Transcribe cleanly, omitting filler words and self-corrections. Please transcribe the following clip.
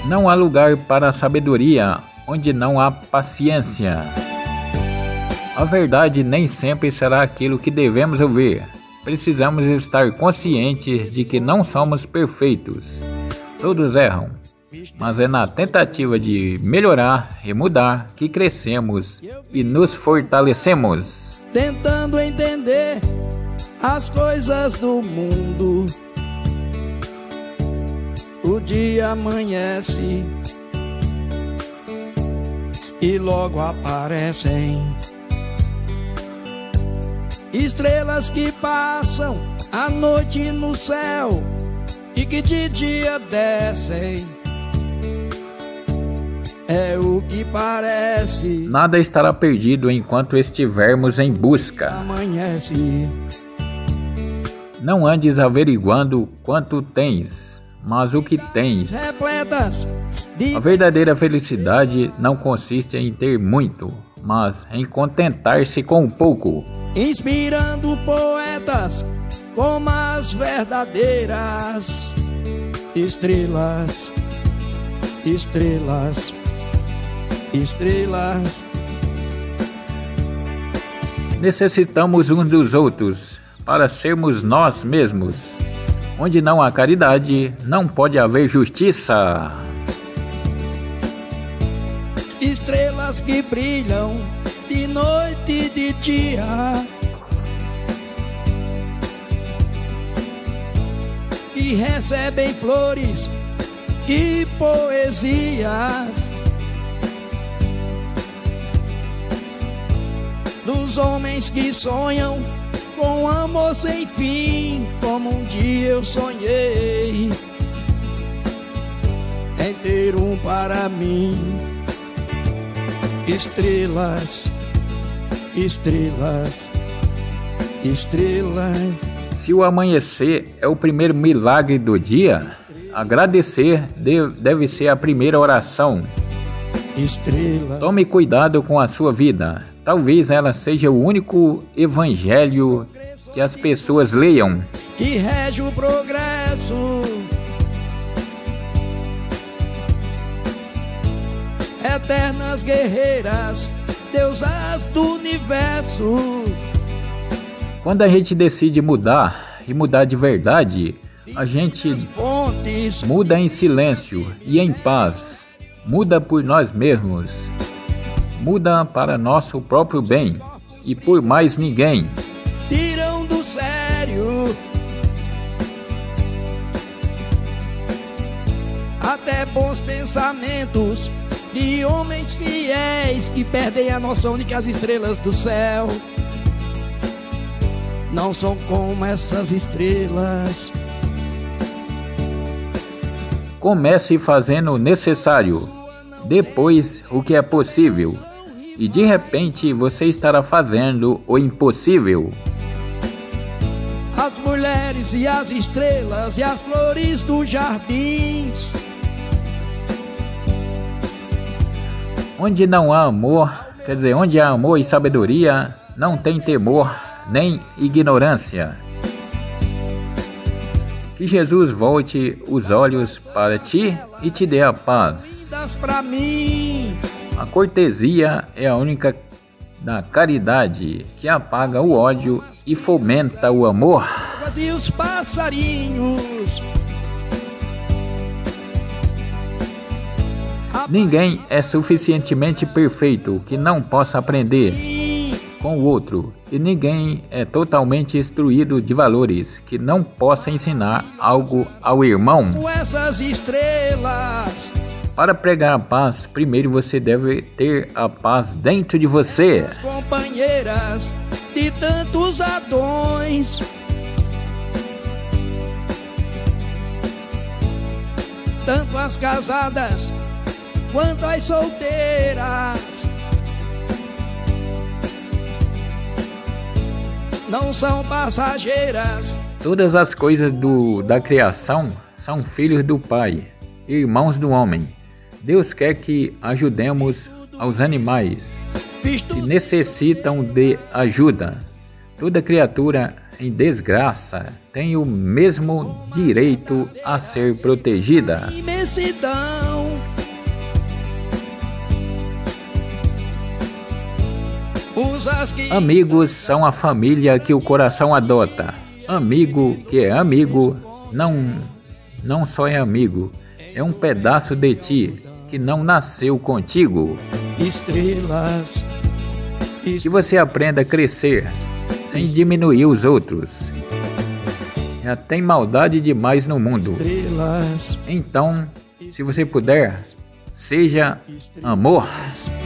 Não há lugar para a sabedoria onde não há paciência. A verdade nem sempre será aquilo que devemos ouvir. Precisamos estar conscientes de que não somos perfeitos. Todos erram, mas é na tentativa de melhorar e mudar que crescemos e nos fortalecemos. Tentando entender as coisas do mundo, o dia amanhece e logo aparecem estrelas que passam a noite no céu e que de dia descem. É o que parece. Nada estará perdido enquanto estivermos em busca. Amanhece. Não andes averiguando quanto tens, mas o que tens. Repletas de... A verdadeira felicidade não consiste em ter muito, mas em contentar-se com um pouco. Inspirando poetas como as verdadeiras estrelas, estrelas, estrelas. Necessitamos uns dos outros para sermos nós mesmos. Onde não há caridade, não pode haver justiça. Estrelas que brilham de noite e de dia, e recebem flores e poesias dos homens que sonham com amor sem fim, como um dia eu sonhei em ter um para mim. Estrelas, estrelas, estrelas. Se o amanhecer é o primeiro milagre do dia, agradecer deve ser a primeira oração. Estrelas. Tome cuidado com a sua vida. Talvez ela seja o único evangelho que as pessoas leiam. Que rege o progresso. Eternas guerreiras, deusas do universo. Quando a gente decide mudar, e mudar de verdade, a gente muda em silêncio e em paz. Muda por nós mesmos. Muda para nosso próprio bem e por mais ninguém. Tiram do sério até bons pensamentos de homens fiéis que perdem a noção de que as estrelas do céu não são como essas estrelas. Comece fazendo o necessário, depois o que é possível, e de repente você estará fazendo o impossível. As mulheres e as estrelas e as flores dos jardins. Onde não há amor, onde há amor e sabedoria, não tem temor nem ignorância. Que Jesus volte os olhos para ti e te dê a paz. A cortesia é a única da caridade que apaga o ódio e fomenta o amor. E os passarinhos. Ninguém é suficientemente perfeito que não possa aprender com o outro, e ninguém é totalmente instruído de valores que não possa ensinar algo ao irmão. Essas estrelas. Para pregar a paz, primeiro você deve ter a paz dentro de você. As companheiras de tantos Adões, tanto as casadas quanto as solteiras, não são passageiras. Todas as coisas da criação são filhos do Pai, irmãos do homem. Deus quer que ajudemos aos animais que necessitam de ajuda. Toda criatura em desgraça tem o mesmo direito a ser protegida. Imensidão. Amigos são a família que o coração adota. Amigo que é amigo, não só é amigo, é um pedaço de ti que não nasceu contigo. Estrelas. Que você aprenda a crescer sem diminuir os outros. Já tem maldade demais no mundo. Estrelas. Então, se você puder, seja amor.